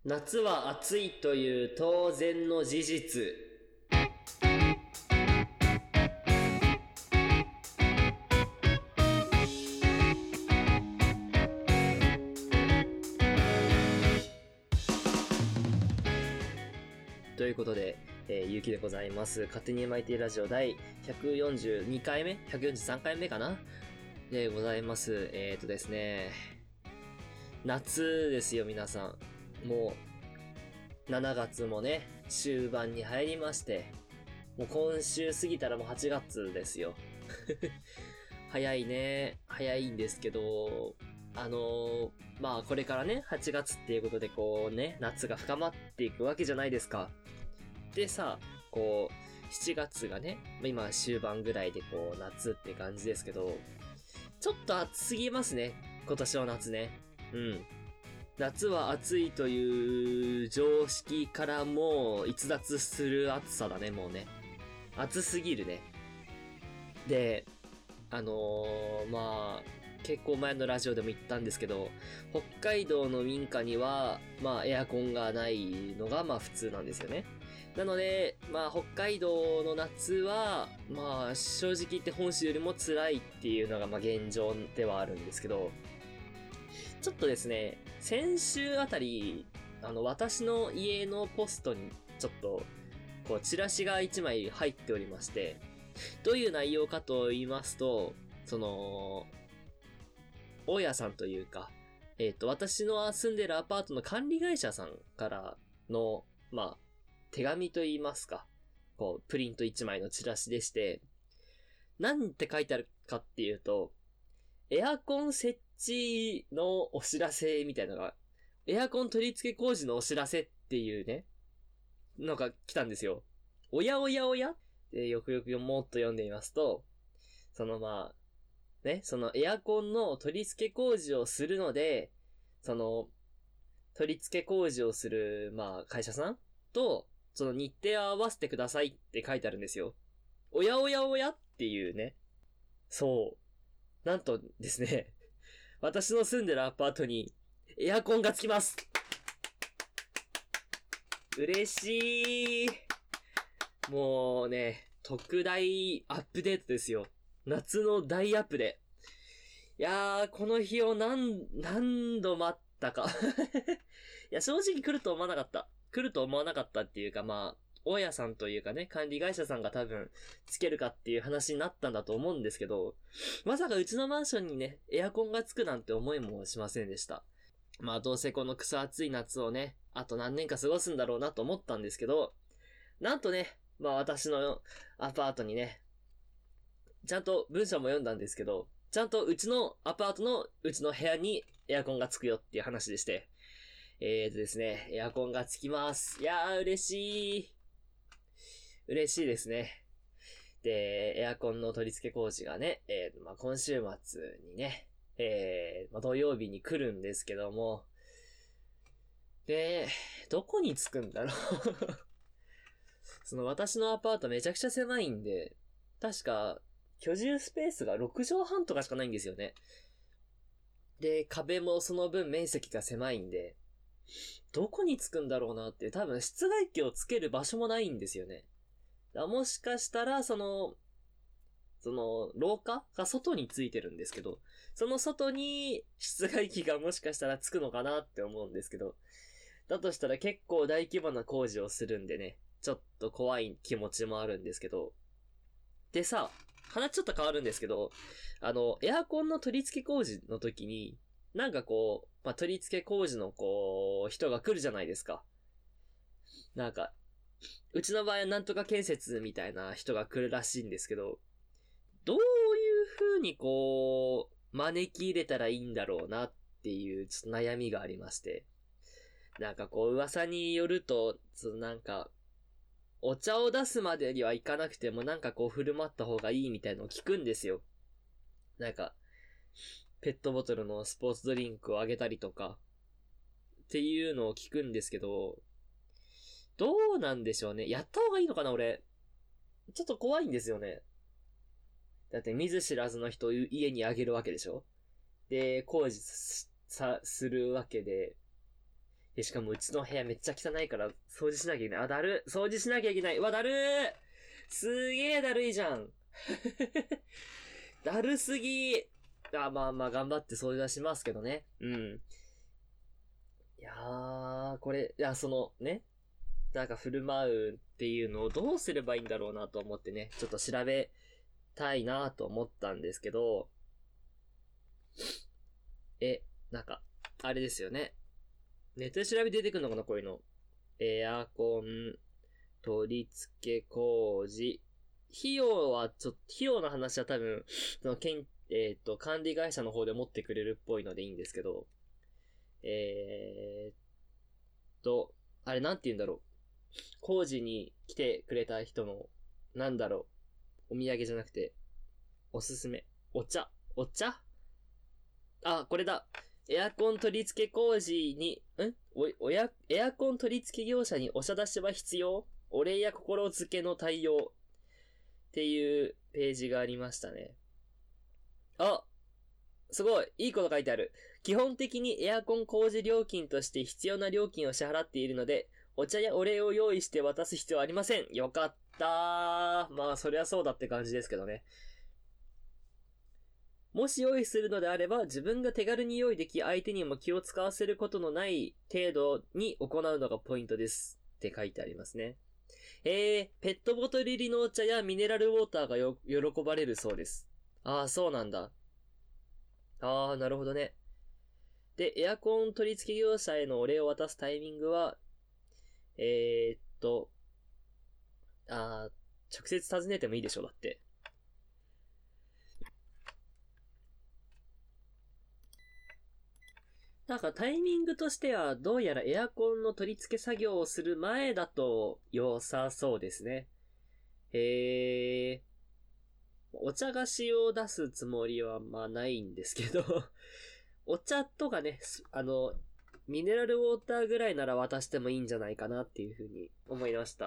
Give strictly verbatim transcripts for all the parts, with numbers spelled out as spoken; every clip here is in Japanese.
夏は暑いという当然の事実。ということで、えー、ゆうきでございます。勝手に エムアイティー ラジオ第ひゃくよんじゅうにかいめ ?ひゃくよんじゅうさんかいめかなでございます。えーとですね、夏ですよ皆さん。もう、しちがつもね、終盤に入りまして、もう今週過ぎたらもうはちがつですよ。早いね。早いんですけど、あのー、まあこれからね、はちがつっていうことでこうね、夏が深まっていくわけじゃないですか。でさ、こう、しちがつがね、今終盤ぐらいでこう夏って感じですけど、ちょっと暑すぎますね。今年は夏ね。うん。夏は暑いという常識からもう逸脱する暑さだね、もうね。暑すぎるね。で、あのー、まあ、結構前のラジオでも言ったんですけど、北海道の民家には、まあエアコンがないのがまあ普通なんですよね。なので、まあ北海道の夏は、まあ正直言って本州よりも辛いっていうのがまあ現状ではあるんですけど、ちょっとですね、先週あたり、あの私の家のポストにちょっと、こうチラシがいちまい入っておりまして、どういう内容かと言いますと、その、大家さんというか、えっと、私の住んでるアパートの管理会社さんからの、まあ、手紙と言いますか、こう、プリントいちまいのチラシでして、なんて書いてあるかっていうと、エアコン設置のお知らせみたいなのが、エアコン取り付け工事のお知らせっていうね、のが来たんですよ。おやおやおやで、よくよくもっと読んでみますと、そのまあ、ね、そのエアコンの取り付け工事をするので、その、取り付け工事をする、まあ、会社さんと、その日程を合わせてくださいって書いてあるんですよ。おやおやおやっていうね。そう。なんとですね、私の住んでるアパートにエアコンがつきます。嬉しい。もうね、特大アップデートですよ。夏の大アップで。いやー、この日を何、何度待ったか。いや、正直来ると思わなかった。来ると思わなかったっていうか、まあ、大家さんというかね、管理会社さんが多分、つけるかっていう話になったんだと思うんですけど、まさかうちのマンションにね、エアコンがつくなんて思いもしませんでした。まあ、どうせこのクソ暑い夏をね、あと何年か過ごすんだろうなと思ったんですけど、なんとね、まあ私のアパートにね、ちゃんと文章も読んだんですけど、ちゃんとうちのアパートのうちの部屋にエアコンがつくよっていう話でして。えーとですね、エアコンがつきます。いやー、嬉しい。嬉しいですね。で、エアコンの取り付け工事がね、えー、まあ、今週末にね、えー、まあ、土曜日に来るんですけども、で、どこに着くんだろう。その私のアパートめちゃくちゃ狭いんで、確か、居住スペースがろくじょうはんとかしかないんですよね。で、壁もその分面積が狭いんで、どこに着くんだろうなって、多分室外機をつける場所もないんですよね。もしかしたら、その、その、廊下が外についてるんですけど、その外に室外機がもしかしたらつくのかなって思うんですけど、だとしたら結構大規模な工事をするんでね、ちょっと怖い気持ちもあるんですけど、でさ、話ちょっと変わるんですけど、あの、エアコンの取り付け工事の時に、なんかこう、まあ、取り付け工事のこう、人が来るじゃないですか。なんか、うちの場合はなんとか建設みたいな人が来るらしいんですけど、どういう風にこう、招き入れたらいいんだろうなっていうちょっと悩みがありまして。なんかこう噂によると、そのなんか、お茶を出すまでにはいかなくてもなんかこう振る舞った方がいいみたいなのを聞くんですよ。なんか、ペットボトルのスポーツドリンクをあげたりとか、っていうのを聞くんですけど、どうなんでしょうね。やった方がいいのかな、俺。ちょっと怖いんですよね。だって見ず知らずの人を家にあげるわけでしょ。で、工事さ、するわけで、 で、しかもうちの部屋めっちゃ汚いから掃除しなきゃいけない。あ、だる。掃除しなきゃいけない。うわ、だるー。すげーだるいじゃん。だるすぎー。あ、まあまあ頑張って掃除はしますけどね。うん。いやー、これ、いや、そのね、なんか振る舞うっていうのをどうすればいいんだろうなと思ってね、ちょっと調べたいなと思ったんですけど、え、なんか、あれですよね。ネットで調べて出てくるのかな、こういうの。エアコン、取り付け工事。費用はちょっと、費用の話は多分、その、けん、えっと、管理会社の方で持ってくれるっぽいのでいいんですけど、えーっと、あれなんて言うんだろう。工事に来てくれた人の、なんだろう。お土産じゃなくて、おすすめ。お茶。お茶あ、これだ。エアコン取り付け工事に、んお、おや、エアコン取り付け業者にお茶出しは必要？お礼や心付けの対応。っていうページがありましたね。あ、すごい。いいこと書いてある。基本的にエアコン工事料金として必要な料金を支払っているので、お茶やお礼を用意して渡す必要はありません。よかったー。まあ、そりゃそうだって感じですけどね。もし用意するのであれば、自分が手軽に用意でき、相手にも気を使わせることのない程度に行うのがポイントです。って書いてありますね。えー、ペットボトル入りのお茶やミネラルウォーターがよ、喜ばれるそうです。ああ、そうなんだ。ああ、なるほどね。で、エアコン取り付け業者へのお礼を渡すタイミングは、えー、っと、ああ、直接尋ねてもいいでしょ、だって。なんかタイミングとしては、どうやらエアコンの取り付け作業をする前だと良さそうですね。へー。お茶菓子を出すつもりはまあないんですけど、お茶とかね、あの、ミネラルウォーターぐらいなら渡してもいいんじゃないかなっていうふうに思いました。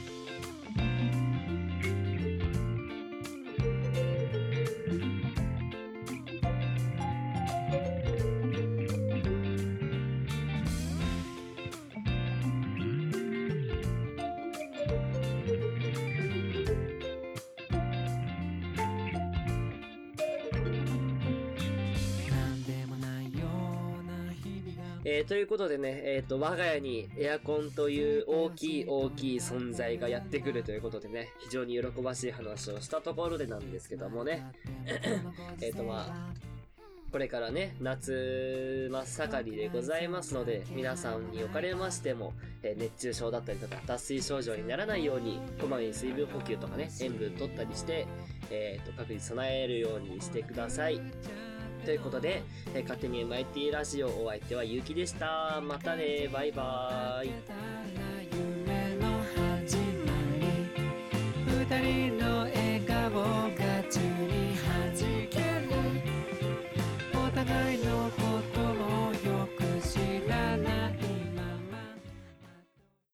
えー、ということでね、えっと、我が家にエアコンという大きい大きい存在がやってくるということでね、非常に喜ばしい話をしたところでなんですけどもね、えっとまあ、これからね、夏真っ盛りでございますので、皆さんにおかれましても、えー、熱中症だったりとか、脱水症状にならないように、こまめに水分補給とかね、塩分取ったりして、えっと、各自備えるようにしてください。ということで、えー、勝手に エムアイティー ラジオ、お相手はゆうきでした。またね、バイバーイ。